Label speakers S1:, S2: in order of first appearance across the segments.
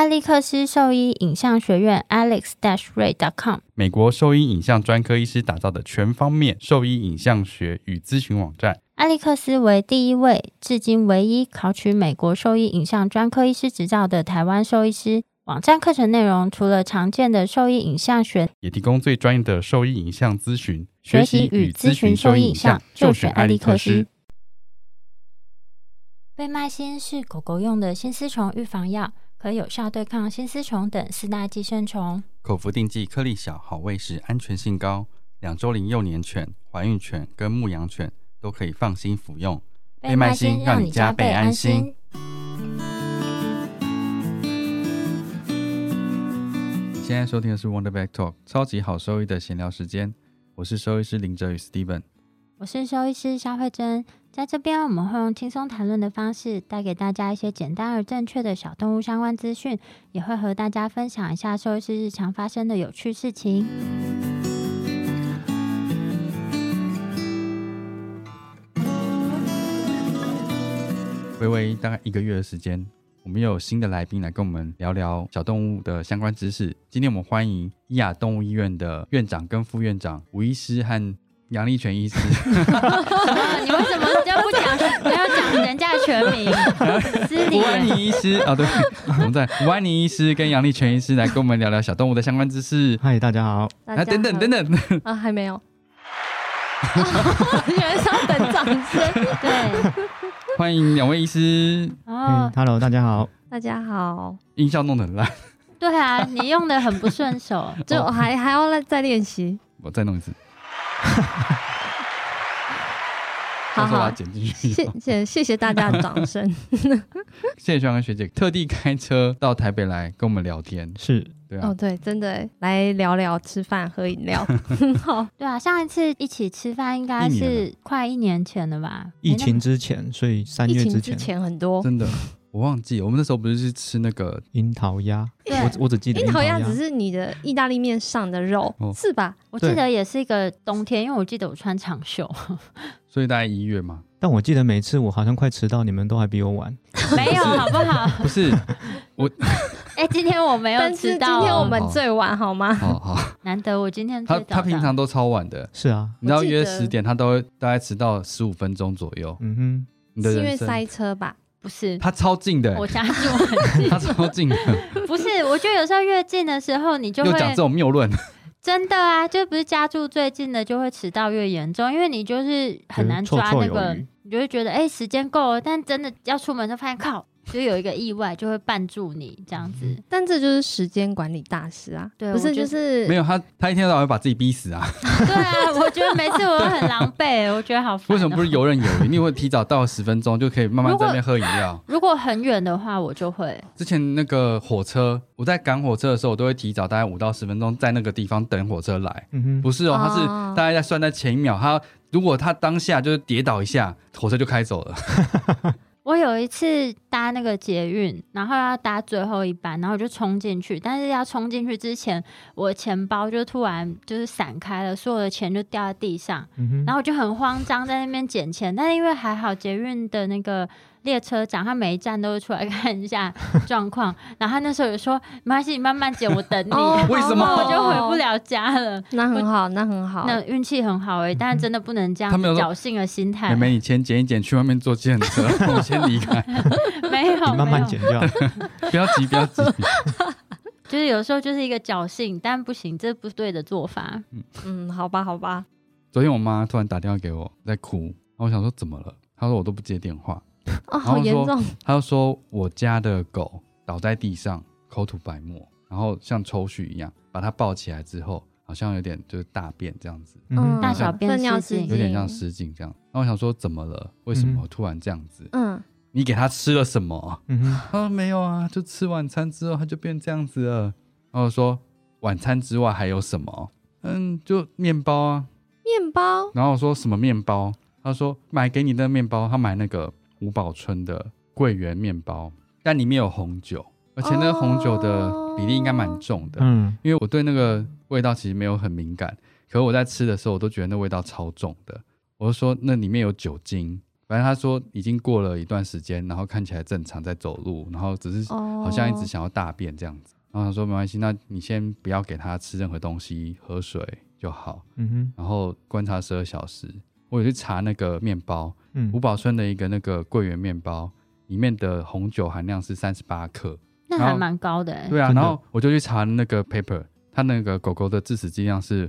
S1: 艾利克斯兽医影像学院 alex-ray.com
S2: 美国兽医影像专科医师打造的全方面兽医影像学与咨询网站。
S1: 艾利克斯为第一位至今唯一考取美国兽医影像专科医师执照的台湾兽医师。网站课程内容除了常见的兽医影像学，
S2: 也提供最专业的兽医影像咨询。
S1: 学习与咨询兽医影像就选艾利克斯。贝麦辛是狗狗用的新丝虫预防药，可有效对抗新丝虫等4大寄生虫。
S2: 口服定剂，颗粒小，好喂食，安全性高，2周龄幼年犬、怀孕犬跟牧羊犬都可以放心服用。
S1: 贝麦辛让你加倍安心。
S2: 现在收听的是 Wonderback Talk 超级好兽医的闲聊时间，我是兽医师林哲宇 Steven，
S1: 我是兽医师肖慧珍。在这边我们会用轻松谈论的方式带给大家一些简单而正确的小动物相关资讯，也会和大家分享一下兽医师日常发生的有趣事情。
S2: 微微大概1个月的时间，我们又有新的来宾来跟我们聊聊小动物的相关知识。今天我们欢迎伊雅动物医院的院长跟副院长吴医师和杨立全医师。
S1: 你为什么就不要讲人家的全名？失礼。
S2: 吴安妮医师对，我们在吴安妮医师跟杨立全医师来跟我们聊聊小动物的相关知识。
S3: 嗨，大家好。
S2: 等等
S4: 还没有。原来是要等掌声。
S1: 对，
S2: 欢迎2位医师。
S3: Hello， 大家好。
S4: 大家好。
S2: 音效弄得很烂。
S1: 对啊，你用的很不顺手，
S4: 就还要再练习。
S2: 我再弄一次。
S4: 好好，
S2: 剪进去。
S4: 谢谢大家的掌声。
S2: 谢谢学长跟学姐特地开车到台北来跟我们聊天。
S3: 是，
S2: 对啊。
S4: 对，真的来聊聊吃饭喝饮料。好。
S1: 对啊，上一次一起吃饭应该是快1年前了吧？
S3: 疫情之前，所以3月之前。
S4: 疫情之前很多。
S2: 真的。我忘记我们那时候不是去吃那个
S3: 樱桃鸭，我只记得
S4: 樱桃鸭只是你的意大利面上的肉，是吧？
S1: 我记得也是一个冬天，因为我记得我穿长袖。
S2: 所以大概1月嘛。
S3: 但我记得每次我好像快迟到，你们都还比我晚。
S1: 没有好不好？
S2: 不是我
S1: 今天我没有迟到。
S4: 但是今天我们最晚好吗？
S2: 好，
S1: 难得我今天最早。
S2: 他平常都超晚的。
S3: 是啊，
S2: 你知道约10点他都会大概迟到15分钟左右。你的人生
S4: 是因为塞车吧？
S1: 不是，
S2: 他超近的。
S1: 我家住很近。
S2: 他超近的。
S1: 不是，我觉得有时候越近的时候你就会
S2: 又讲这种谬论。
S1: 真的啊，就不是家住最近的就会迟到越严重，因为你就是很难抓那个，你就会觉得时间够了，但真的要出门就发现靠，就有一个意外就会绊住你这样子。
S4: 但这就是时间管理大师啊。
S1: 对，
S4: 不是就是
S2: 没有他一天到晚会把自己逼死啊。
S1: 对啊，我觉得每次我都很狼狈，我觉得好烦。
S2: 为什么不是游刃有余？你会提早到10分钟就可以慢慢在那边喝饮料。
S1: 如果很远的话我就会。
S2: 之前那个火车，我在赶火车的时候我都会提早大概5到10分钟在那个地方等火车来。不是他是大概在算在前1秒，如果他当下就是跌倒一下，火车就开走了。
S1: 我有一次搭那个捷运，然后要搭最后一班，然后我就冲进去，但是要冲进去之前，我的钱包就突然就是散开了，所有的钱就掉在地上，然后我就很慌张在那边捡钱，但是因为还好捷运的那个列车长他每一站都会出来看一下状况，然后他那时候有说没关系，你慢慢捡，我等你。
S2: 为什么？
S1: 我就回不了家了。
S4: 那很好，那很好，
S1: 那运气很好但是真的不能这样侥幸的心态。
S2: 妹妹，你钱捡一捡，去外面坐计程车，我先离开。
S1: 没有，
S3: 你慢慢捡掉。
S2: 不要急，不要急。
S1: 就是有时候就是一个侥幸，但不行，这不对的做法。
S4: 好吧，好吧。
S2: 昨天我妈突然打电话给我，在哭，然后我想说怎么了？她说我都不接电话。
S4: 好严重。
S2: 她就说我家的狗倒在地上，口吐白沫，然后像抽搐一样，把它抱起来之后，好像有点就是大便这样子。
S1: 大小便失禁，
S2: 有点像失禁这样。然后我想说怎么了？为什么突然这样子？你给它吃了什么？她说没有啊，就吃晚餐之后它就变这样子了。然后我说晚餐之外还有什么？就面包啊。
S4: 面包？
S2: 然后我说什么面包？他说买给你的面包，他买那个吴宝春的桂圆面包，但里面有红酒，而且那个红酒的比例应该蛮重的。因为我对那个味道其实没有很敏感，可是我在吃的时候我都觉得那味道超重的。我就说那里面有酒精， 反正他说已经过了一段时间，然后看起来正常在走路，然后只是好像一直想要大便这样子。然后他说没关系，那你先不要给他吃任何东西，喝水就好。然后观察12小时。我有去查那个面包，吴宝春的一个那个桂圆面包，里面的红酒含量是38克，
S1: 那还蛮高的。
S2: 对啊，然后我就去查那个 paper， 它那个狗狗的致死剂量是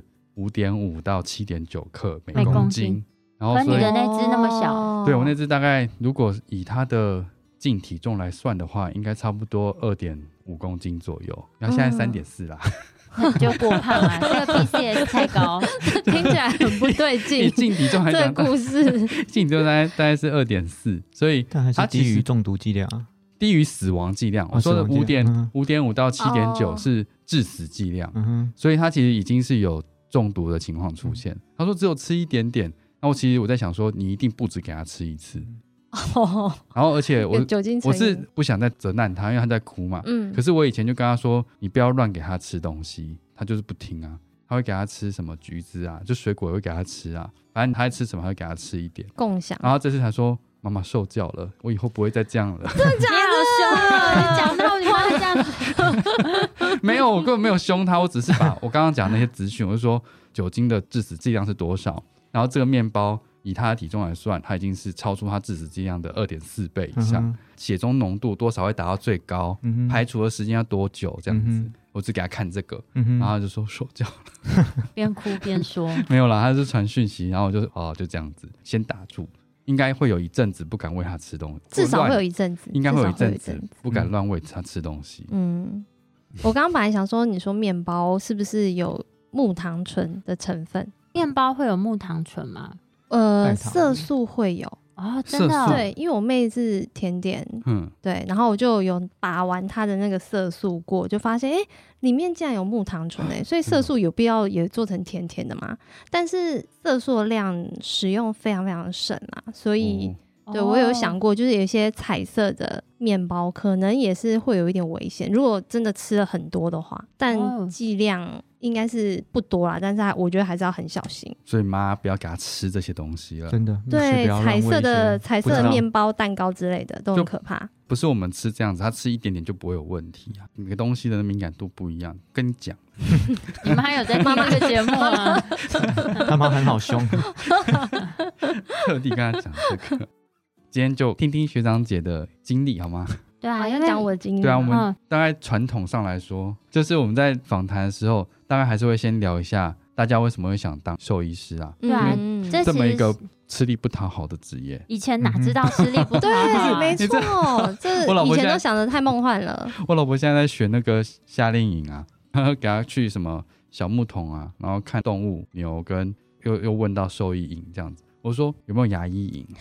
S2: 5.5到7.9克每公斤。然后
S1: 你的那只那么小，
S2: 对，我那只大概如果以它的净体重来算的话，应该差不多2.5公斤左右。然后现在3.4啦。
S1: 那你就过胖啊，这个 PCS 太高，
S4: 听起来很不对劲。
S2: 净体重还
S4: 这个故事，
S2: 净体重大概是2.4，所以
S3: 它还是低于中毒剂量啊，
S2: 低于死亡剂量。我说的5.5到7.9是致死剂量，所以它其实已经是有中毒的情况出现。他说只有吃一点点，那其实我在想说，你一定不止给他吃一次。然后而且我是不想再责难他，因为他在哭嘛。可是我以前就跟他说，你不要乱给他吃东西，他就是不听啊。他会给他吃什么橘子啊，就水果也会给他吃啊，反正他在吃什么他会给他吃一点
S4: 共享。
S2: 然后这次才说妈妈受教了，我以后不会再这样了。
S4: 真的假的？
S1: 你讲到你妈这样子。
S2: 没有，我根本没有凶他，我只是把我刚刚讲那些资讯，我就说酒精的致死剂量是多少，然后这个面包以他的体重来算，他已经是超出他致死剂量的2.4倍以上，血中浓度多少会达到最高，排除的时间要多久这样子。我只给他看这个，然后他就说受教了，
S1: 边哭边说
S2: 没有啦，他是传讯息，然后我就这样子先打住，应该会有一阵子不敢喂他吃东西，
S4: 至少会有一阵子，
S2: 应该会有一阵子不敢乱喂他吃东西。
S4: 我刚刚本来想说，你说面包是不是有木糖醇的成分？
S1: 面包会有木糖醇吗？
S4: 色素会有
S1: 哦，真的
S4: 对，因为我妹是甜点，对，然后我就有把玩她的那个色素过，就发现里面竟然有木糖醇所以色素有必要也做成甜甜的嘛？但是色素的量使用非常非常省啊，所以对我有想过，就是有一些彩色的面包可能也是会有一点危险，如果真的吃了很多的话，但剂量应该是不多啦，但是我觉得还是要很小心。
S2: 所以妈不要给他吃这些东西了，
S3: 真的。
S4: 对，彩色的面包、蛋糕之类的都很可怕。
S2: 不是我们吃这样子，他吃一点点就不会有问题啊。每个东西的敏感度不一样，跟你讲。
S1: 你们还有在听这个节目吗？
S3: 他妈很好凶，
S2: 特地跟他讲这个。今天就听听学长姐的经历好吗？
S1: 对啊，
S4: 要讲我的经历。
S2: 对啊，我们大概传统上来说，就是我们在访谈的时候，大概还是会先聊一下大家为什么会想当兽医师啊？
S1: 对啊，
S2: 这么一个吃力不讨好的职业，
S1: 以前哪知道吃力不讨好？
S4: 对，没错，这以前都想得太梦幻了。
S2: 我老婆现在在学那个夏令营啊，给她去什么小木桶啊，然后看动物牛跟又问到兽医营这样子。我说有没有牙医营？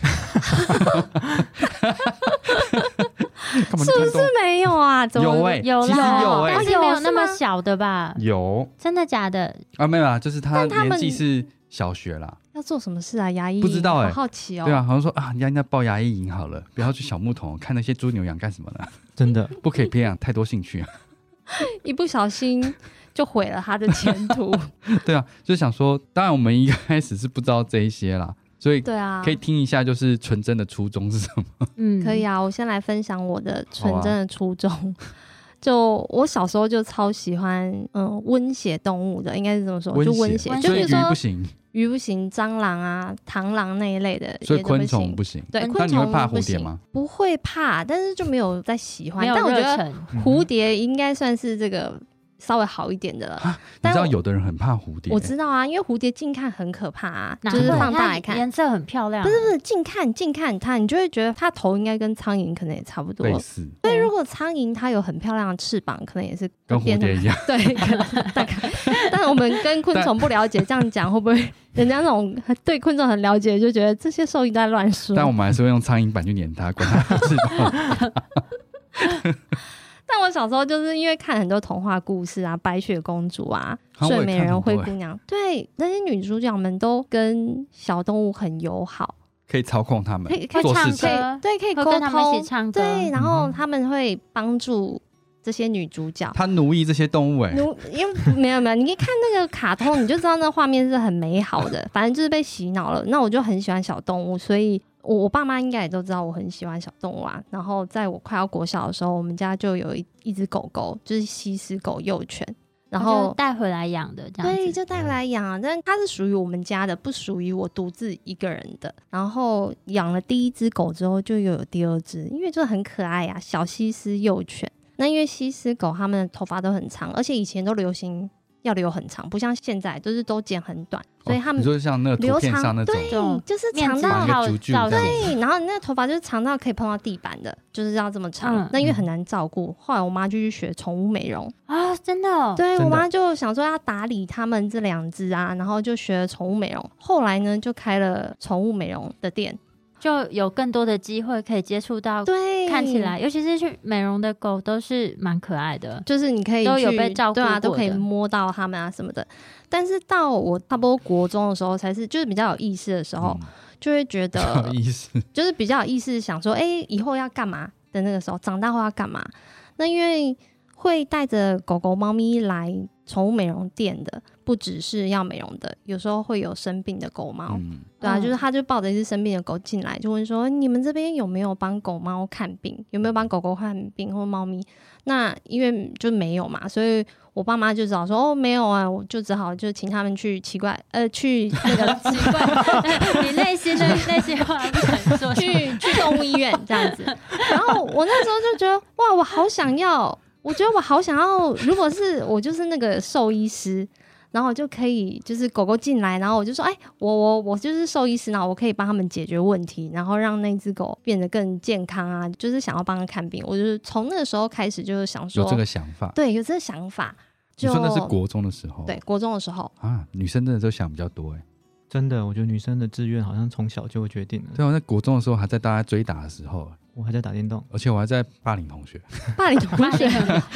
S4: 是不是没有啊？
S2: 有
S1: 有
S2: 其实有
S1: 但是没有那么小的吧？
S2: 有，
S1: 真的假的？
S2: 啊，没有啦，就是他年纪是小学啦。
S4: 要做什么事啊？牙医营？
S2: 不知道
S4: 好好奇哦。
S2: 对啊，好像说啊，人家报牙医营好了，不要去小木桶看那些猪牛羊干什么呢？
S3: 真的
S2: 不可以培养太多兴趣啊。
S4: 一不小心就毁了他的前途。
S2: 对啊，就想说，当然我们一开始是不知道这一些啦。所以对啊，可以听一下，就是纯真的初衷是什么？
S4: 可以啊，我先来分享我的纯真的初衷。就我小时候就超喜欢温血动物的，应该是这么说，就温血，就比如说
S2: 鱼不行，
S4: 鱼不行，蟑螂啊、螳螂那一类的，
S2: 所以昆虫不行。
S4: 对，
S2: 昆虫你会怕蝴蝶吗？
S4: 不会怕，但是就没有在喜欢。
S1: 但
S4: 我觉得蝴蝶应该算是这个稍微好一点的了。
S2: 你知道有的人很怕蝴蝶？
S4: 我知道啊，因为蝴蝶近看很可怕啊，就是放大来看，
S1: 颜色很漂亮。
S4: 不是近看它，你就会觉得它头应该跟苍蝇可能也差不多
S2: 类似。
S4: 所以如果苍蝇它有很漂亮的翅膀，可能也是
S2: 跟蝴蝶一样。
S4: 对，可能大概。但我们跟昆虫不了解，这样讲会不会人家那种对昆虫很了解，就觉得这些兽医都在乱说？
S2: 但我们还是会用苍蝇板去撵它，管它的翅膀。
S4: 但我小时候就是因为看很多童话故事啊，白雪公主啊、睡美人、灰姑娘，对，那些女主角们都跟小动物很友好，
S2: 可以操控他们，
S1: 可以唱歌，
S4: 对，可以沟通，
S1: 跟他们一起唱歌，
S4: 对，然后他们会帮助这些女主角，
S2: 她奴役这些动物
S4: 因为没有，你可以看那个卡通，你就知道那画面是很美好的。反正就是被洗脑了。那我就很喜欢小动物，所以我爸妈应该也都知道我很喜欢小动物啊。然后在我快要国小的时候，我们家就有一只狗狗，就是西施狗幼犬。然后
S1: 带回来养的，这样子。
S4: 对，就带回来养啊，但它是属于我们家的，不属于我独自一个人的。然后养了第一只狗之后，就又有第二只，因为就很可爱啊，小西施幼犬。那因为西施狗它们的头发都很长，而且以前都流行要留很长，不像现在都剪很短，所以他们
S2: 你说像那个图片上那种，
S4: 对，就是长到
S2: 对，
S4: 然后你那个头发就是长到可以碰到地板的，就是要这么长。那因为很难照顾，后来我妈就去学宠物美容
S1: 啊，真的哦。
S4: 对，我妈就想说要打理他们这2只啊，然后就学了宠物美容。后来呢，就开了宠物美容的店。
S1: 就有更多的机会可以接触到，
S4: 对，
S1: 看起来尤其是去美容的狗都是蛮可爱的，
S4: 就是你可以
S1: 都有被照顾过的，
S4: 对啊，都可以摸到它们啊什么的。但是到我差不多国中的时候，才是就是比较有意识的时候，就会觉得就是比较有意识想说，以后要干嘛的那个时候，长大后要干嘛？那因为会带着狗狗、猫咪来宠物美容店的，不只是要美容的，有时候会有生病的狗猫，对啊，就是他就抱着一只生病的狗进来，就问说你们这边有没有帮狗猫看病，有没有帮狗狗看病或猫咪？那因为就没有嘛，所以我爸妈就只好说没有啊，我就只好就请他们去去那个奇怪，
S1: 你内心话不想说，
S4: 去动物医院这样子。然后我那时候就觉得哇，我好想要。我觉得我好想要，如果是我就是那个兽医师，然后我就可以就是狗狗进来，然后我就说我就是兽医师，然后我可以帮他们解决问题，然后让那只狗变得更健康啊，就是想要帮它看病。我就是从那个时候开始就是想说
S2: 有这个想法，
S4: 对，有这个想法。
S2: 你说那是国中的时候？
S4: 对，国中的时候
S2: 啊，女生真的都想比较多
S3: 真的，我觉得女生的志愿好像从小就会决定了。
S2: 对啊，在国中的时候还在大家追打的时候，
S3: 我还在打电动，
S2: 而且我还在霸凌同学。
S4: 霸凌同学。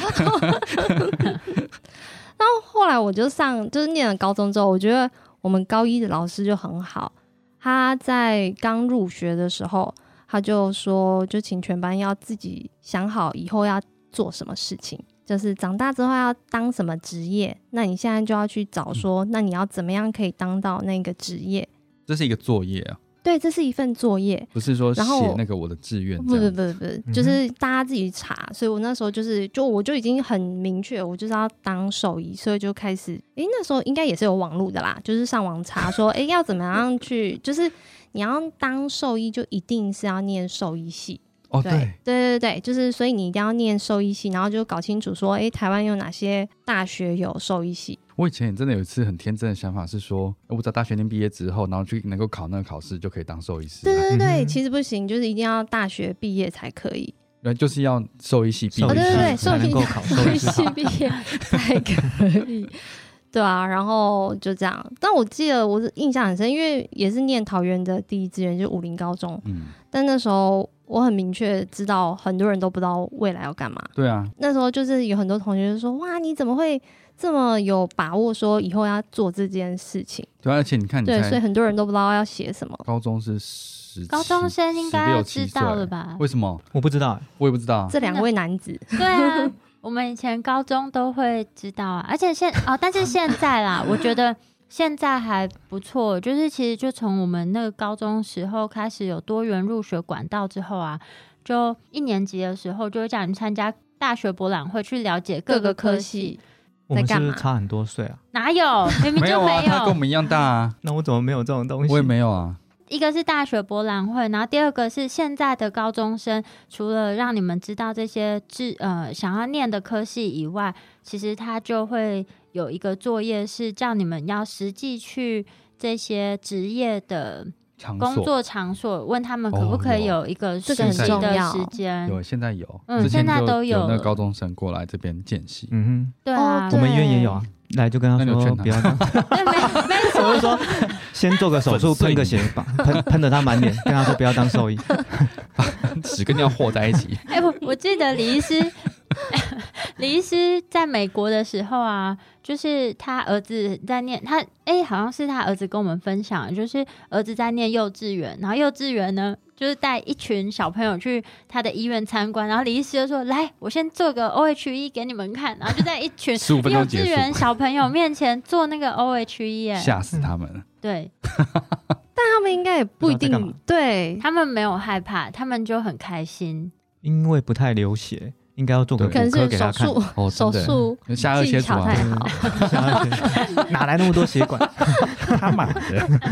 S4: 然后后来我就是念了高中之后，我觉得我们高一的老师就很好。他在刚入学的时候，他就说，就请全班要自己想好以后要做什么事情。就是长大之后要当什么职业，那你现在就要去找说，那你要怎么样可以当到那个职业？
S2: 这是一个作业啊。
S4: 对，这是一份作业，
S2: 不是说写那个我的志愿。不，
S4: 就是大家自己查。所以我那时候我就已经很明确，我就是要当兽医，所以就开始，那时候应该也是有网络的啦，就是上网查说，要怎么样去，就是你要当兽医，就一定是要念兽医系。
S2: 哦，
S4: 对，就是所以你一定要念兽医系，然后就搞清楚说，台湾有哪些大学有兽医系。
S2: 我以前也真的有一次很天真的想法是说，我在大学念毕业之后，然后就能够考那个考试，就可以当兽医师。
S4: 对，其实不行，就是一定要大学毕业才可以。
S2: 就是要兽医系毕业，
S4: 对，
S3: 才能够考兽医
S4: 系毕业才可以。对啊，然后就这样。但我记得我印象很深，因为也是念桃园的第一志愿，就武陵高中。但那时候我很明确知道，很多人都不知道未来要干嘛。
S2: 对啊，
S4: 那时候就是有很多同学就说：“哇，你怎么会这么有把握说以后要做这件事情？”
S2: 对，而且你看，
S4: 对，所以很多人都不知道要写什么。
S2: 高中是
S1: 高中生应该要知道了吧？
S2: 为什么？
S3: 我不知道，
S2: 我也不知道。
S4: 这2位男子，
S1: 对啊。我们以前高中都会知道啊，而且但是现在啦，我觉得现在还不错，就是其实就从我们那个高中时候开始有多元入学管道之后啊，就1年级的时候就会叫你参加大学博览会，去了解各个科系在干嘛。
S3: 我们是不是差很多岁啊？
S1: 哪有？明明就没有，
S2: 他跟我们一样大啊。
S3: 那我怎么没有这种东西？
S2: 我也没有啊。
S1: 一个是大学博览会，然后第二个是现在的高中生，除了让你们知道这些想要念的科系以外，其实他就会有一个作业是叫你们要实际去这些职业的工作场所，问他们可不可以有一个实习的时间。
S2: 有，现在有，
S1: 现在都
S2: 有那个高中生过来这边见习。
S1: 对啊，
S3: 我们医院也有啊。来就跟他说不要当，我就说先做个手术，喷个血，喷得他满脸，跟他说不要当兽医，
S2: 屎跟尿和在一起。
S1: 我记得李医师在美国的时候啊，就是他儿子在念好像是他儿子跟我们分享，就是儿子在念幼稚园，然后幼稚园呢就是带一群小朋友去他的医院参观，然后李医师就说：“来，我先做个 OHE 给你们看。”然后就在一群幼稚园小朋友面前做那个 OHE，
S2: 吓死他们了。
S1: 对，
S4: 但他们们应该也不一定，对，
S1: 他们没有害怕，他们就很开心，
S3: 因为不太流血。应该要做个骨科给他看，
S4: 手术
S2: 下颚切除
S4: 太好，
S3: 哪来那么多血管？他买的。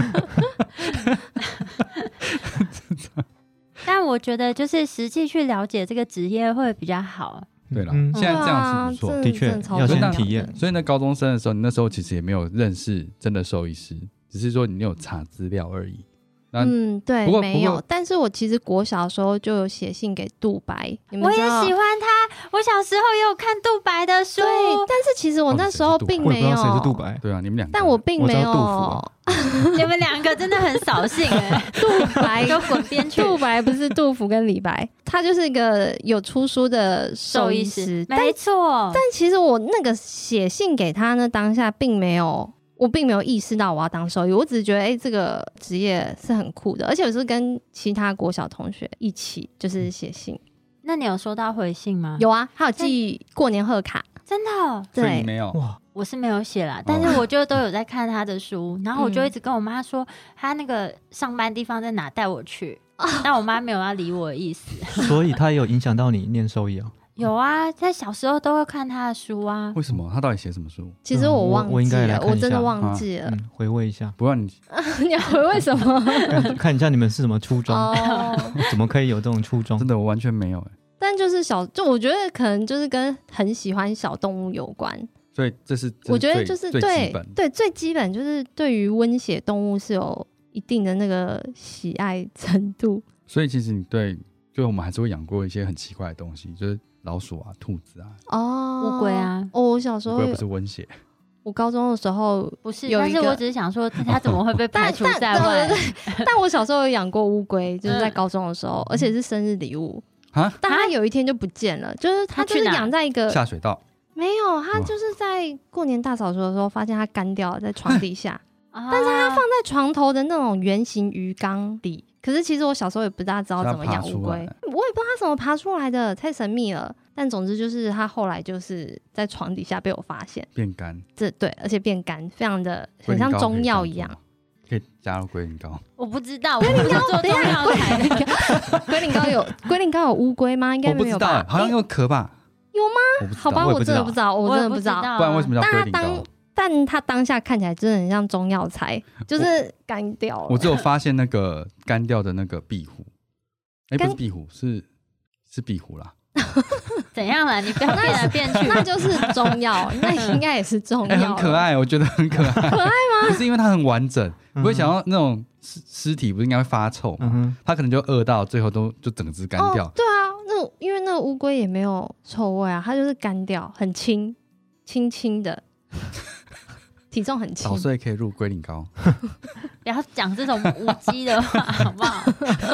S1: 但我觉得就是实际去了解这个职业会比较好。
S2: 对了，现在这样是不错，
S3: 的确要先体验。
S2: 所以呢，高中生的时候，你那时候其实也没有认识真的兽医师，只是说你有查资料而已。
S4: 对，没有。但是我其实国小的时候就有写信给杜白，
S1: 我也喜欢他。我小时候也有看杜白的书，
S4: 对。但是其实我那时候并没有。
S3: 我不知道谁是杜白。
S2: 对啊，你们两个。
S4: 但我并没有。
S1: 你们两个真的很扫兴哎！
S4: 杜白
S1: 就滚边去。
S4: 杜白不是杜甫跟李白，他就是一个有出书的兽医师，
S1: 没错。
S4: 但其实我那个写信给他呢，当下我并没有意识到我要当兽医，我只是觉得这个职业是很酷的，而且我是跟其他国小同学一起就是写信。
S1: 那你有收到回信吗？
S4: 有啊，还有寄过年贺卡。
S1: 真的哦？
S2: 对，所以你没有。
S1: 哇，我是没有写啦，但是我就都有在看他的书，然后我就一直跟我妈说他那个上班地方在哪，带我去。但我妈没有要理我的意思。
S3: 所以他有影响到你念兽医啊？
S1: 有啊，在小时候都会看他的书啊。
S2: 为什么？他到底写什么书？
S4: 其实我忘记了，
S3: 我
S4: 真的忘记了。
S3: 回味一下。
S2: 不然你
S4: 你要回味什么？
S3: 看一下你们是什么初衷？怎么可以有这种初衷？
S2: 真的我完全没有
S4: 但就是就我觉得可能就是跟很喜欢小动物有关。
S2: 所以这是
S4: 我觉得就是对最基本就是对于温血动物是有一定的那个喜爱程度。
S2: 所以其实你就我们还是会养过一些很奇怪的东西，就是老鼠啊、兔子啊、
S1: 乌龟啊。
S4: 我小时候
S2: 乌龟不是温血。
S4: 我高中的时候
S1: 不是，但是我只是想说他怎么会被排除在外？
S4: 但我小时候有养过乌龟，就是在高中的时候，而且是生日礼物。但他有一天就不见了，就是他就是养在一个
S2: 下水道。
S4: 没有，他就是在过年大扫除的时候发现它干掉了在床底下，但是他放在床头的那种圆形鱼缸里。可是其实我小时候也不大知道怎么养乌龟，我也不知道它怎么爬出来的，太神秘了。但总之就是它后来就是在床底下被我发现，
S2: 变干。
S4: 对，而且变干，非常的很像中药一样。
S2: 可以加入龟苓膏。
S1: 我不知道，龟苓膏做中药材的。
S4: 龟苓膏有乌龟吗？应该没有吧？
S2: 我不知道，好像有壳吧？
S4: 有吗？好吧，我真的不知道，我真的不知道。
S2: 不然为什么叫龟苓膏？
S4: 但它当下看起来真的很像中药材，就是干掉了。
S2: 我只有发现那个干掉的那个壁虎，不是壁虎，是壁虎啦。
S1: 怎样啦？你不要变来变去。
S4: 那就是中药，那应该也是中药。
S2: 很可爱，我觉得很可爱。
S4: 可爱吗？
S2: 不是因为它很完整，不会想到那种尸体不是应该会发臭吗？它可能就饿到最后就整只干掉。
S4: 对啊，因为那个乌龟也没有臭味啊，它就是干掉，很轻轻的。体重很轻，
S2: 早睡可以入龟苓膏。
S1: 不要讲这种无稽的话，好不好？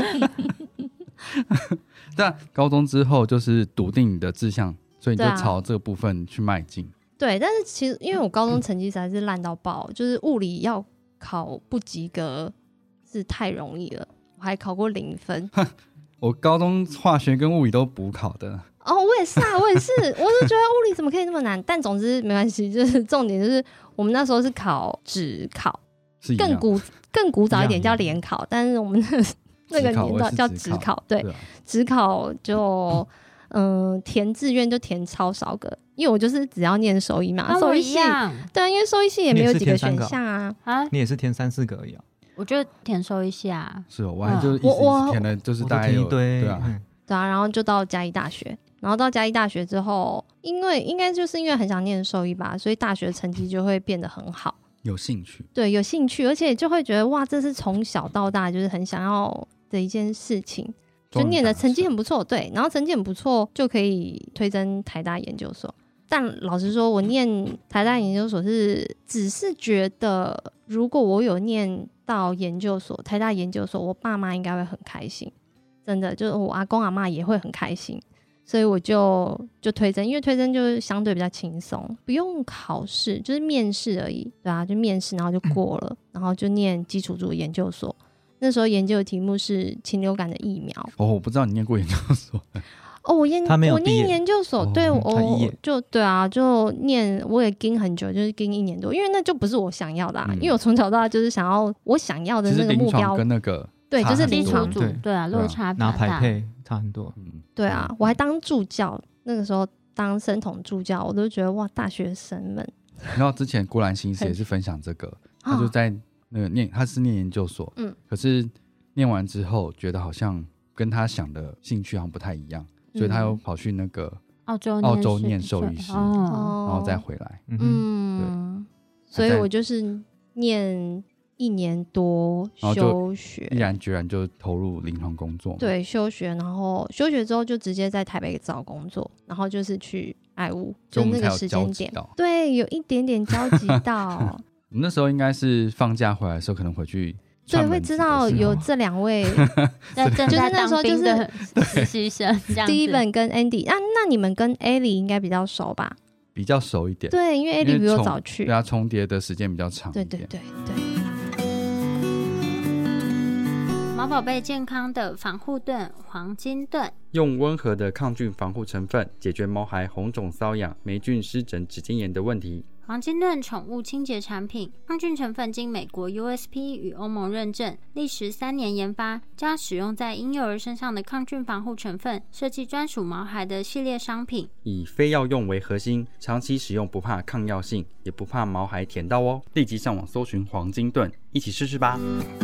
S2: 但高中之后就是笃定你的志向，所以你就朝这个部分去迈进。
S4: 对，但是其实因为我高中成绩实在是烂到爆，就是物理要考不及格是太容易了，我还考过0分。
S2: 我高中化学跟物理都补考的。
S4: 我也是啊，我就觉得物理怎么可以那么难？但总之没关系，就是重点就是我们那时候是考指考，更古早一点叫联考，但是我们那个年代叫指考。对，指考就填志愿就填超少个，因为我就是只要念兽医嘛，兽医系对，因为兽医系也没有几个选项啊。
S3: 你也是填3-4个而已啊？
S1: 我觉得填兽医系啊，
S2: 是我还就一直填的，就是大概有对啊，
S4: 然后就到嘉义大学。然后到嘉义大学之后，应该就是因为很想念兽医吧，所以大学成绩就会变得很好，
S2: 有兴趣，
S4: 对，有兴趣，而且就会觉得哇，这是从小到大就是很想要的一件事情，就念的成绩很不错，对，然后成绩很不错就可以推甄台大研究所。但老实说，我念台大研究所只是觉得，如果我有念到研究所，台大研究所，我爸妈应该会很开心，真的，就是我阿公阿嬷也会很开心。所以我就推甄，因为推甄就是相对比较轻松，不用考试，就是面试而已，对啊，就面试然后就过了，然后就念基础组研究所。那时候研究的题目是禽流感的疫苗。
S2: 我不知道你念过研究所。
S4: 我念研究所，对，就念，我也盯很久，就是盯1年多，因为那就不是我想要的因为我从小到大就是想要我想要的那个目标
S2: 跟那个
S4: 对，就是临床
S1: 组，对啊，落差比较大，
S3: 拿排配差很多。
S4: 对啊，我还当助教，那个时候当生统助教，我都觉得哇，大学生们。
S2: 然后之前郭兰心也是分享这个，他就在那个他是念研究所，可是念完之后觉得好像跟他想的兴趣好像不太一样，所以他又跑去那个澳洲念兽医师，然后再回来。
S4: 对，所以我就是念1年多休学，
S2: 毅然决然就投入临床工作。
S4: 对，休学，然后休学之后就直接在台北找工作，然后就是去爱屋，就那个时间点，对，有一点点交集到。
S2: 我们那时候应该是放假回来的时候，可能回去。
S4: 对，会知道有这2位，
S1: 就是那时候就是实习生
S4: ，Steven 跟 Andy。那你们跟 Ellie 应该比较熟吧？
S2: 比较熟一点，
S4: 对，因为 Ellie 比我早去，
S2: 对，重叠的时间比较长一点。
S4: 对。
S1: 毛宝贝健康的防护盾黄金盾，
S2: 用温和的抗菌防护成分解决毛孩红肿瘙痒、霉菌湿疹、指尖炎的问题。
S1: 黄金盾宠物清洁产品，抗菌成分经美国 USP 与欧盟认证，历时3年研发，将使用在婴幼儿身上的抗菌防护成分设计专属毛孩的系列商品，
S2: 以非药用为核心，长期使用不怕抗药性，也不怕毛孩舔到哦。立即上网搜寻黄金盾，一起试试吧。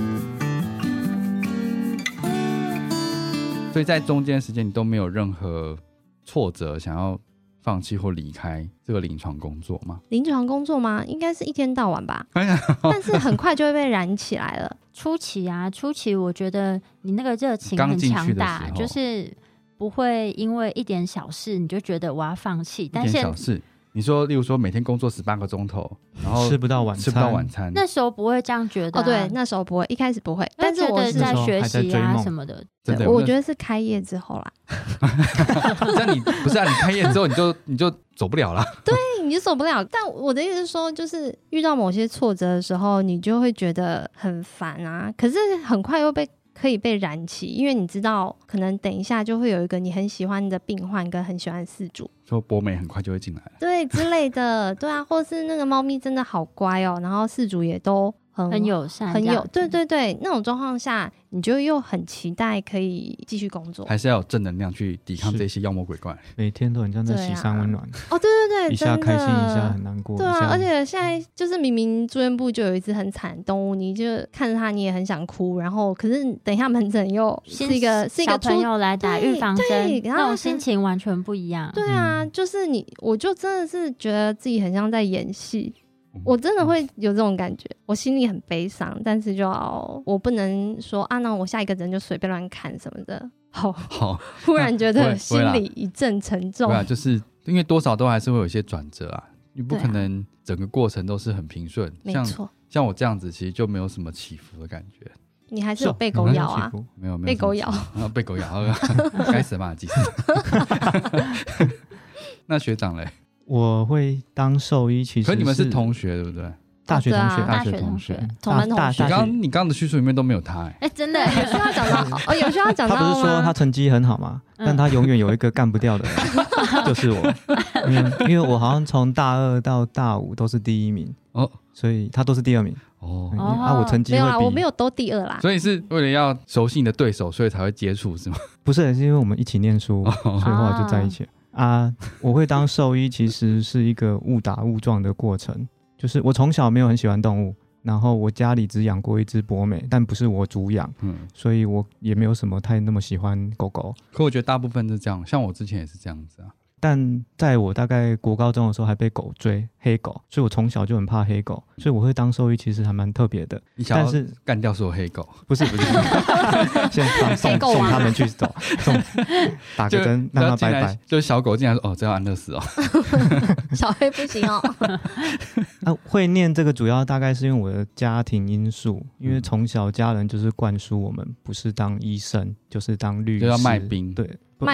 S2: 所以在中间时间你都没有任何挫折，想要放弃或离开这个临床工作吗？
S4: 临床工作吗？应该是一天到晚吧，但是很快就会被燃起来了。
S1: 初期我觉得你那个热情很强大，就是不会因为一点小事你就觉得我要放弃。但
S2: 一点小事，你说例如说每天工作18个钟头，然后
S3: 吃不到晚餐，
S1: 那时候不会这样觉得
S4: 对，那时候不会，一开始不会，但是我是
S1: 在学习什么的。
S4: 我觉得是开业之后啦。
S2: 那你不是你开业之后你就走不了了。
S4: 对，你就走不了。但我的意思是说，就是遇到某些挫折的时候，你就会觉得很烦啊。可是很快又可以被燃起，因为你知道，可能等一下就会有一个你很喜欢的病患跟很喜欢的饲主，
S2: 说博美很快就会进来了，
S4: 对之类的，对啊，或是那个猫咪真的好乖哦，然后饲主也都
S1: 很友善，
S4: 对，那种状况下，你就又很期待可以继续工作，
S2: 还是要有正能量去抵抗这些妖魔鬼怪。
S3: 每天都很像在洗三温暖。
S4: 对，
S3: 一下开心，一下很难过。
S4: 对啊，而且现在就是明明住院部就有一只很惨的动物，你就看着它你也很想哭，然后可是等一下门诊又是一个
S1: 小朋友来打预防针，那种心情完全不一样。
S4: 对啊，就是我就真的是觉得自己很像在演戏。我真的会有这种感觉，我心里很悲伤，但是我不能说那我下一个人就随便乱看什么的。好，忽然觉得心里一阵沉重。
S2: 对啊，就是因为多少都还是会有一些转折啊，你不可能整个过程都是很平顺。
S4: 没错，
S2: 像我这样子，其实就没有什么起伏的感觉。
S4: 你还是有被狗咬啊？
S2: 没有
S4: 被狗咬，
S2: 被狗咬，该死嘛，技师。那学长嘞？
S3: 我会当兽医，其实
S2: 可你们是同学对不对？
S3: 大学同学，
S4: 大学同学，同班同学。
S2: 你刚刚的叙述里面都没有他
S1: 真的
S4: 有需要讲到有需要讲到吗？
S3: 他不是说他成绩很好吗？但他永远有一个干不掉的人，就是我。因为我好像从大2到大5都是第1名所以他都是第2名我成绩
S4: 没有啦，我没有都第2啦。
S2: 所以是为了要熟悉你的对手，所以才会接触是吗？
S3: 不是，是因为我们一起念书，所以后来就在一起我会当兽医其实是一个误打误撞的过程，就是我从小没有很喜欢动物，然后我家里只养过一只博美，但不是我主养所以我也没有什么那么喜欢狗狗。
S2: 可我觉得大部分是这样，像我之前也是这样子
S3: 但在我大概国高中的时候还被狗追，黑狗，所以我从小就很怕黑狗，所以我会当兽医其实还蛮特别的。
S2: 你想要干掉所有黑狗？
S3: 不是先送他们去走，打个针让他拜拜。
S2: 就小狗进来说这要安乐死
S4: 小黑不行
S3: 会念这个主要大概是因为我的家庭因素，因为从小家人就是灌输我们不是当医生就是当律师，
S2: 就要卖兵。
S3: 对，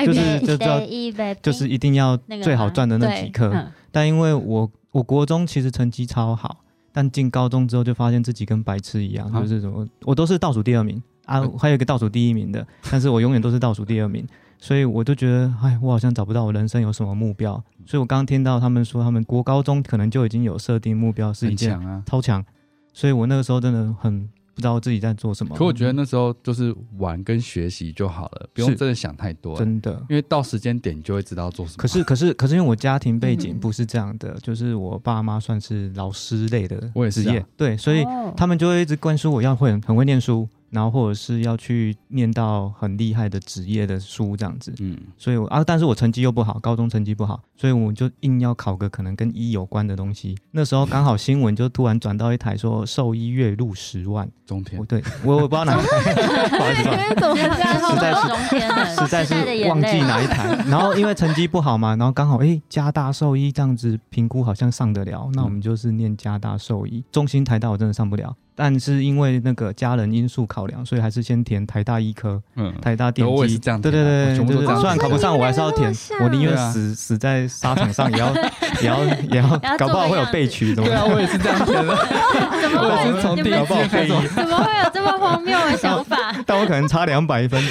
S1: 就是
S3: 一定要最好赚的那几科但因为我国中其实成绩超好，但进高中之后就发现自己跟白痴一样就是什么我都是倒数第2名还有一个倒数第1名的，但是我永远都是倒数第2名所以我就觉得我好像找不到我人生有什么目标。所以我刚刚听到他们说他们国高中可能就已经有设定目标，是一件超强，所以我那个时候真的很不知道自己在做什么。
S2: 可我觉得那时候就是玩跟学习就好了，不用真的想太多，
S3: 真的，
S2: 因为到时间点你就会知道做什么。
S3: 可是因为我家庭背景不是这样的，就是我爸妈算是老师类的职业，对，所以他们就会一直灌输我要很会念书，然后或者是要去念到很厉害的职业的书这样子。所以但是我成绩又不好，高中成绩不好，所以我就硬要考个可能跟医有关的东西。那时候刚好新闻就突然转到一台说兽医月入10万，
S2: 中天，
S3: 对，我不知道哪一台，不好意思，
S4: 怎么
S3: 实在是忘记哪一台。然后因为成绩不好嘛，然后刚好嘉大兽医这样子评估好像上得了，那我们就是念嘉大兽医。中兴台大我真的上不了，但是因为那个家人因素考量，所以还是先填台大医科，台大电机。对，就是虽然考不上，我还是要填。我宁愿死在沙场上，也要，搞不好会有备取。
S2: 对啊，我也是这样填的。我也是从第一次开始。
S1: 怎么会有这么荒谬的想法？
S3: 但我可能差200分。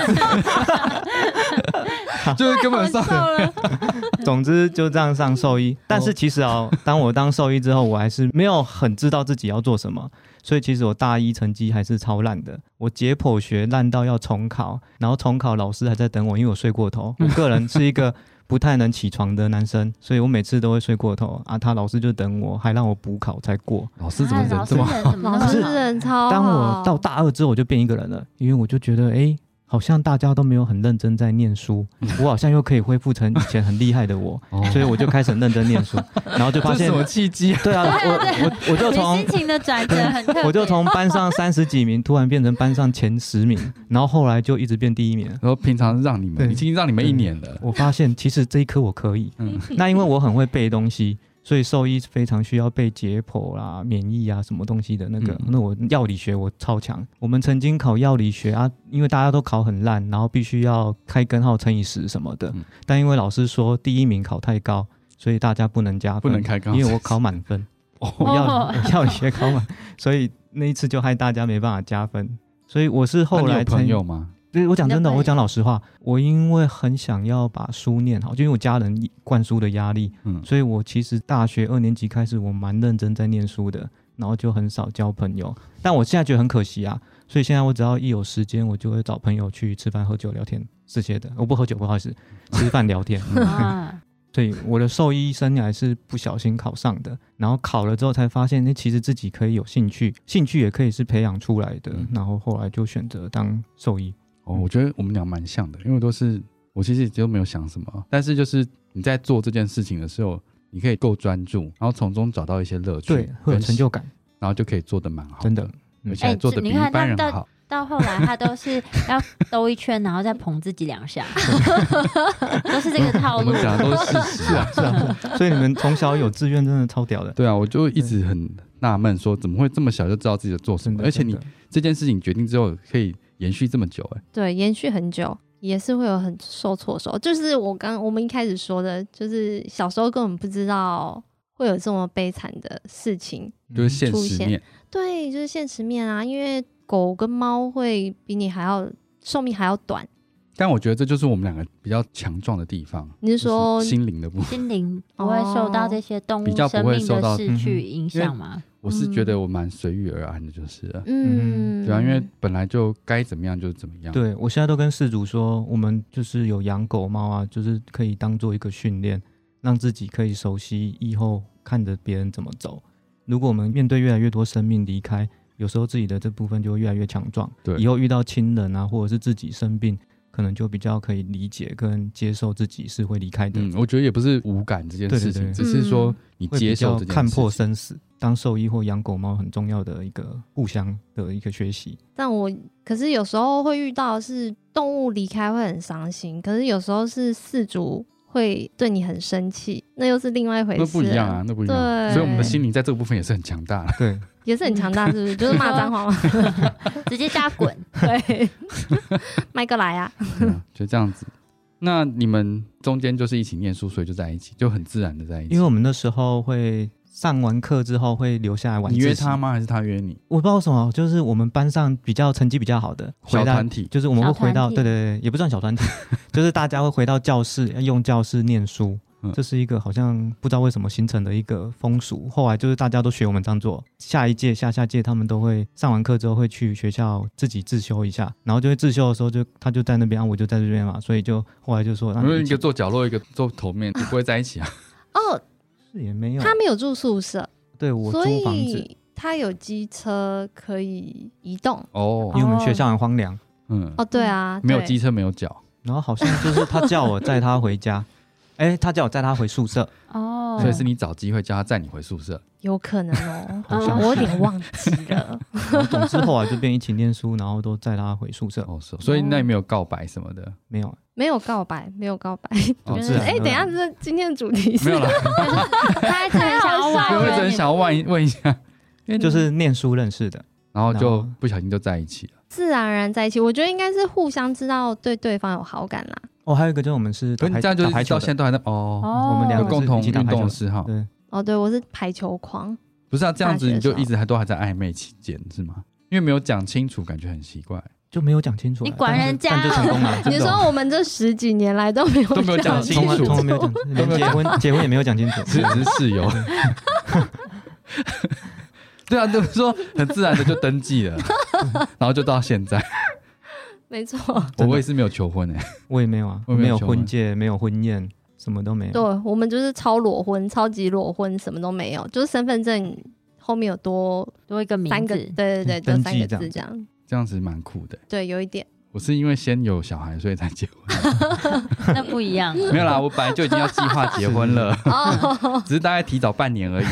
S2: 就是根本上了。
S3: 总之就这样上兽医，但是其实当我当兽医之后，我还是没有很知道自己要做什么。所以其实我大一成绩还是超烂的，我解剖学烂到要重考，然后重考老师还在等我，因为我睡过头。我个人是一个不太能起床的男生，所以我每次都会睡过头他老师就等我，还让我补考才过。
S2: 老师怎么人这么好？
S4: 老师人超好。
S3: 当我到大2之后，我就变一个人了，因为我就觉得好像大家都没有很认真在念书，我好像又可以恢复成以前很厉害的我，所以我就开始很认真念书，然后就发现
S2: 这是什么契机？
S3: 对啊，我就从
S1: 心情的转折很特别，
S3: 我就从班上30几名突然变成班上前10名，然后后来就一直变第1名。
S2: 然后平常让你们，已经让你们1年了。
S3: 我发现其实这一科我可以，那因为我很会背东西。所以兽医非常需要背解剖啦、免疫啊什么东西的那我药理学我超强。我们曾经考药理学因为大家都考很烂，然后必须要开根号乘以10什么的，但因为老师说第1名考太高，所以大家不能加分，
S2: 不能开根号，
S3: 因为我考满分，我药理学考满，所以那一次就害大家没办法加分。所以我是后来
S2: 你有朋友吗？
S3: 对，我讲真的，我讲老实话，我因为很想要把书念好，就因为我家人灌输的压力，所以我其实大学2年级开始，我蛮认真在念书的，然后就很少交朋友。但我现在觉得很可惜所以现在我只要一有时间，我就会找朋友去吃饭、喝酒、聊天这些的。我不喝酒，不好意思，吃饭聊天。所以我的兽医生涯是不小心考上的，然后考了之后才发现，其实自己可以有兴趣，兴趣也可以是培养出来的。然后后来就选择当兽医。
S2: 我觉得我们俩蛮像的，因为我其实都没有想什么，但是就是你在做这件事情的时候，你可以够专注，然后从中找到一些乐趣，
S3: 对，会有成就感，
S2: 然后就可以做得蛮好的，
S3: 真的，
S2: 而且做得比一般人好。
S1: 到后来他都是要兜一圈，然后再捧自己2下，都是这个套路。
S2: 我们讲的都是事实
S3: 是啊，所以你们从小有志愿真的超屌的。
S2: 对啊，我就一直很纳闷，说怎么会这么小就知道自己在做什么？而且你这件事情决定之后可以延续这么久，
S4: 对，延续很久，也是会有很受挫手。就是我们一开始说的，就是小时候根本不知道会有这么悲惨的事情，
S2: 就是现实面。
S4: 对，就是现实面因为狗跟猫会比你寿命还要短。
S2: 但我觉得这就是我们两个比较强壮的地方。
S4: 你是说
S2: 心灵的部分？
S1: 心灵不会受到这些动物生命的逝去影响吗？
S2: 我是觉得我蛮随遇而安的，就是了。对啊，因为本来就该怎么样就是怎么样。
S3: 对，我现在都跟饲主说，我们就是有养狗猫就是可以当做一个训练，让自己可以熟悉以后看着别人怎么走。如果我们面对越来越多生命离开，有时候自己的这部分就会越来越强壮。对，以后遇到亲人或者是自己生病，可能就比较可以理解跟接受自己是会离开的。
S2: 我觉得也不是无感这件事情，只是说你接受这件事情，
S3: 看破生死。当兽医或养狗猫很重要的一个互相的一个学习。
S4: 但可是有时候会遇到是动物离开会很伤心，可是有时候是饲主会对你很生气，那又是另外一回事。
S2: 那不一样那不一样。所以我们的心灵在这个部分也是很强大的。
S3: 对，
S4: 也是很强大，是不是？就是骂脏话吗？
S1: 直接加滚。
S4: 对，麦克来
S2: 就这样子。那你们中间就是一起念书，所以就在一起，就很自然的在一起。
S3: 因为我们那时候会上完课之后会留下来晚自习。
S2: 你约他吗？还是他约你？
S3: 我不知道为什么，就是我们班上比较成绩比较好的
S2: 小团体，
S3: 就是我们会回到对，也不算小团体，就是大家会回到教室，要用教室念书。这是一个好像不知道为什么形成的一个风俗，后来就是大家都学我们这样做，下一届下届他们都会上完课之后会去学校自己自修一下，然后就会自修的时候他就在那边，我就在这边嘛，所以就后来就说
S2: 因为一个坐角落一个坐头面，你不会在一起啊？
S4: 哦，
S3: 是也没有，
S4: 他没有住宿舍，
S3: 对，我租房子，
S4: 他有机车可以移动
S3: 哦，因为我们学校很荒凉，
S4: 对啊，
S2: 没有机车没有脚，
S3: 然后好像就是他叫我载他回家。他叫我载他回宿舍
S1: 哦，
S2: 所以是你找机会叫他载你回宿舍，
S4: 有可能哦，我有点忘记了。
S3: 总之后来就变一起念书，然后都载他回宿舍。
S2: 哦，所以那也没有告白什么的，
S3: 没有，
S4: 没有告白，没有告白。
S3: 等
S4: 一下，这今天的主题是
S2: 没有了，
S1: 他一直很想要问，
S2: 我一直很想要问一下，
S3: 因为就是念书认识的，
S2: 然后就不小心就在一起了，
S4: 自然而然在一起。我觉得应该是互相知道对对方有好感啦。
S3: 还有一个就是我们是
S2: 打排球，这样就到现在都还在
S3: 我们两个
S2: 共同运动的嗜好。
S3: 对，
S4: 对，我是排球狂。
S2: 不是啊，这样子你就一直都还在暧昧期间是吗？因为没有讲清楚，感觉很奇怪。
S3: 就没有讲清楚，
S1: 你管人家？
S3: 就成功了。
S4: 你说我们这10几年来都没有
S2: 讲清楚，
S3: 从来没有讲，连结婚也没有讲清楚，
S2: 只是室友。对啊，就是说很自然的就登记了，然后就到现在。
S4: 没错，
S2: 我也是没有求婚
S3: 我也没有啊，我没有婚戒，没有婚宴，什么都没有。
S4: 对，我们就是超裸婚，超级裸婚，什么都没有，就是身份证后面有多
S1: 一个名字
S4: ，3个，对，就3个字这样。
S2: 这样子蛮酷的。
S4: 对，有一点。
S2: 我是因为先有小孩所以才结婚，
S1: 那不一样。
S2: 没有啦，我本来就已经要计划结婚了，只是大概提早半年而已。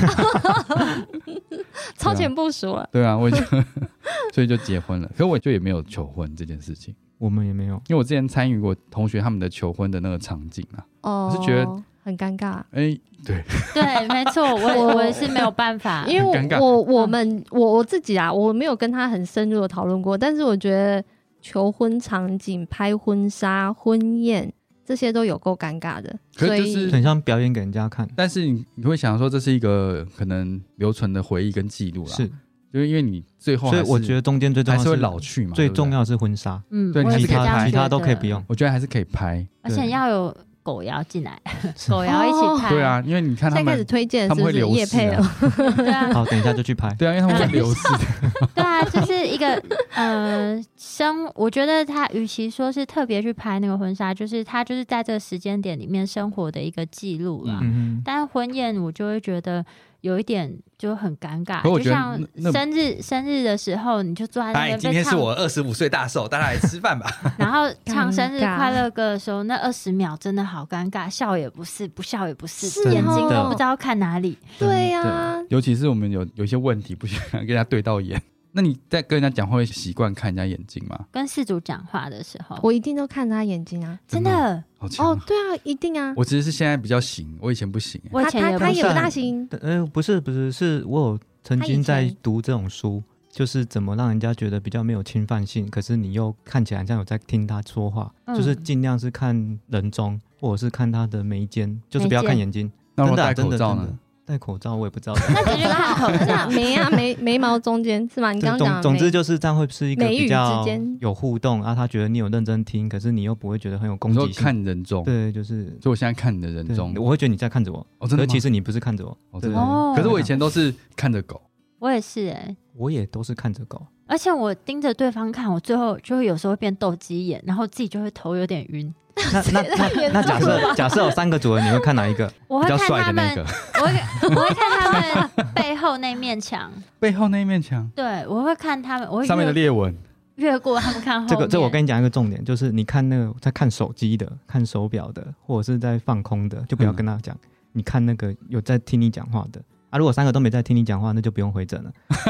S4: 超前部署了。
S2: 对啊，所以就结婚了。可我就也没有求婚这件事情，
S3: 我们也没有，
S2: 因为我之前参与过同学他们的求婚的那个场景啊，我是觉得
S4: 很尴尬。
S1: 对，没错，我也是没有办法，
S4: 因为我自己啊，我没有跟他很深入的讨论过，但是我觉得求婚场景、拍婚纱、婚宴这些都有够尴尬的，
S2: 所以
S3: 很像表演给人家看。
S2: 但是你会想说这是一个可能留存的回忆跟记录啦，
S3: 是，
S2: 就是因为你最后
S3: 所以我觉得中间最重要
S2: 还是会老去嘛，
S3: 最重要的是婚纱，
S2: 对，你还是可以拍，
S3: 其他都可以不用。
S2: 我觉得还是可以拍，
S1: 而且要有狗也要进来，狗也要一起拍。
S2: 对啊，因为你看他们
S4: 现在开始推荐，
S2: 他们会流失
S4: 了。
S1: 对啊，
S3: 好，等一下就去拍。
S2: 对啊，因为他们会流失。
S1: 对啊，就是一个我觉得他与其说是特别去拍那个婚纱，就是他就是在这个时间点里面生活的一个记录啦。但婚宴我就会觉得有一点就很尴尬，就像生日的时候，你就坐在那边。
S2: 今天是我25岁大寿，大家来吃饭吧。
S1: 然后唱生日快乐歌的时候，那20秒真的好尴尬，笑也不是，不笑也不是，眼睛都不知道看哪里。
S4: 对呀，
S2: 尤其是我们有一些问题不喜欢跟人家对到眼。那你在跟人家讲话会习惯看人家眼睛吗？
S1: 跟事主讲话的时候，
S4: 我一定都看他眼睛啊，
S1: 真的。
S4: 对啊，一定啊。
S2: 我其实是现在比较行，我以前不行。
S4: 他也不大行。
S3: 不是，是我有曾经在读这种书，就是怎么让人家觉得比较没有侵犯性，可是你又看起来像有在听他说话，就是尽量是看人中，或者是看他的眉间，就是不要看眼睛。
S2: 那我戴口罩呢？
S3: 戴口罩我也不知道，
S1: 那只是看口罩
S4: 眉毛中间是吗？你刚刚讲
S3: 总之就是这样会是一个比较有互动啊，他觉得你有认真听，可是你又不会觉得很有攻击性。
S2: 看人中，
S3: 对，就是，
S2: 所以我现在看你的人中，
S3: 我会觉得你在看着我，
S2: 真的吗？
S3: 其实你不是看着我，
S2: 真的。可是我以前都是看着狗，
S1: 我也是
S3: 我也都是看着狗，
S1: 而且我盯着对方看，我最后就会有时候会变斗鸡眼，然后自己就会头有点晕。
S3: 那假设有3个主人，你会看哪一个？
S1: 我会看他们，我会看他们背后那面墙。
S2: 背后那面墙？
S1: 对，我会看他们，我会
S2: 上面的裂纹，
S1: 越过他们看后面。
S3: 这我跟你讲一个重点，就是你看那个在看手机的、看手表的，或者是在放空的，就不要跟他讲。你看那个有在听你讲话的。如果3个都没在听你讲话，那就不用回诊了。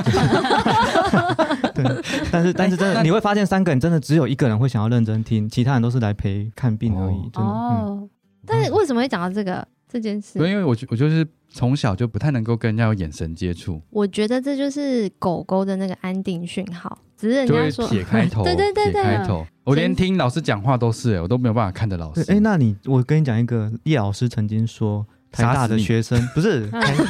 S3: 对，但是真的你会发现3个人真的只有1个人会想要认真听，其他人都是来陪看病而已。真的。
S4: 但是为什么会讲到这件事？
S2: 因为我就是从小就不太能够跟人家有眼神接触。
S4: 我觉得这就是狗狗的那个安定讯号，只是人家说
S2: 撇开头，
S4: 对，
S2: 撇开头。我连听老师讲话都是我都没有办法看着老师。
S3: 那我跟你讲一个叶老师曾经说。 台大的学生不是，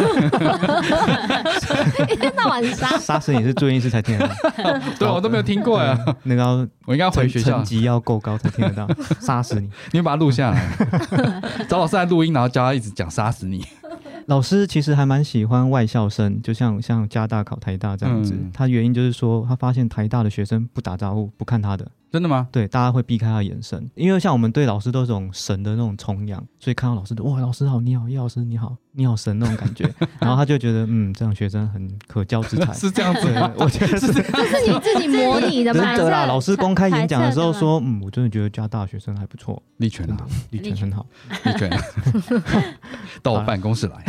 S4: 一天到晚
S3: 杀死你是注音师才听得到，
S2: 对我都没有听过呀。
S3: 那个
S2: 我应该回学校，
S3: 成绩要够高才听得到，杀死你。
S2: 你把它录下来，找老师来录音，然后教他一直讲杀死你。
S3: 老师其实还蛮喜欢外校生，就像加大考台大这样子。他原因就是说，他发现台大的学生不打招呼，不看他的。
S2: 真的吗？
S3: 对，大家会避开他的眼神，因为像我们对老师都是这种神的那种崇仰，所以看到老师就哇，老师好，你好，叶老师你好，你好神那种感觉。然后他就觉得这样学生很可教之才。
S2: 是这样子吗？
S3: 我觉得是
S4: 这是你自己模拟的吗？
S3: 真的啦，老师公开演讲的时候说，我真的觉得加大学生还不错，
S2: 立权啊，
S3: 立权很好，
S2: 立权，到我办公室来。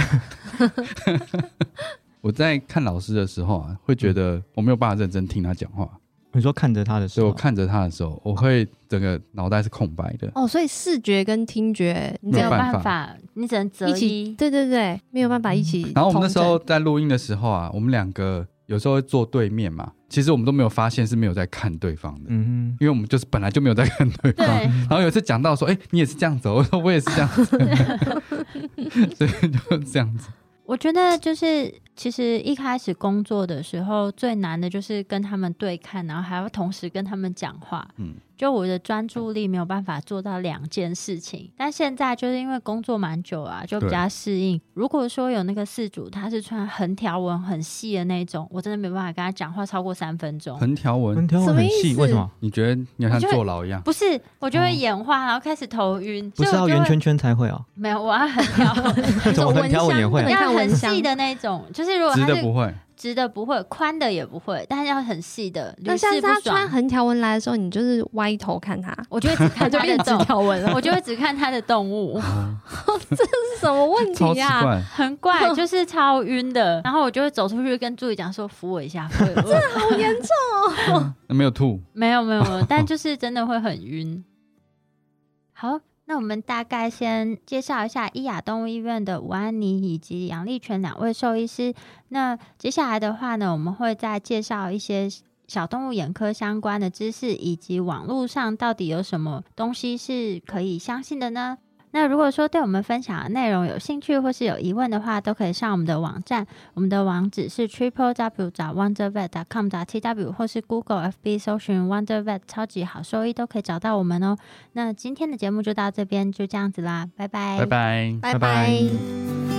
S2: 我在看老师的时候啊，会觉得我没有办法认真听他讲话。
S3: 你说看着他的时候，
S2: 我看着他的时候，我会整个脑袋是空白的。
S4: 哦，所以视觉跟听觉
S1: 你没有办法，你只能择一。
S4: 对对对，没有办法一起。
S2: 然后我们那时候在录音的时候啊，我们两个有时候会坐对面嘛，其实我们都没有发现是没有在看对方的，因为我们就是本来就没有在看对方。然后有一次讲到说，你也是这样子，我说我也是这样子，所以就这样子。
S1: 我觉得就是其实一开始工作的时候最难的就是跟他们对看，然后还要同时跟他们讲话。就我的专注力没有办法做到2件事情，但现在就是因为工作蛮久啊，就比较适应。如果说有那个饲主他是穿横条纹很细的那种，我真的没办法跟他讲话超过3分钟。
S2: 横条纹
S3: 很细，为什么？
S2: 你觉得你好像坐牢一样？
S1: 不是，我就会眼花，然后开始头晕。
S3: 不是要圆圈圈才会啊？
S1: 没有，我要横条纹。
S3: 怎么横条纹也会？
S1: 要很细的那种，就是如果
S2: 直的不会。
S1: 直的不会，宽的也不会，但是要很细的。
S4: 那下次他穿横条纹来的时候，你就是歪头看他，
S1: 我就会只看他的
S4: 直条纹了，
S1: 我就会只看他的动物。
S4: 这是什么问题啊？
S1: 很怪，就是超晕的。然后我就会走出去跟助理讲说：“扶我一下。”
S4: 这好严重哦！
S2: 没有吐，
S1: 没有，但就是真的会很晕。好。那我们大概先介绍一下伊雅动物医院的吴安妮以及杨丽全2位兽医师。那接下来的话呢，我们会再介绍一些小动物眼科相关的知识，以及网络上到底有什么东西是可以相信的呢？那如果说对我们分享的内容有兴趣或是有疑问的话，都可以上我们的网站，我们的网址是 www.wondervet.com.tw 或是 Google FB 搜寻 Wondervet 超级好兽医都可以找到我们哦。那今天的节目就到这边，就这样子啦，拜拜，
S2: 拜拜，
S4: 拜拜。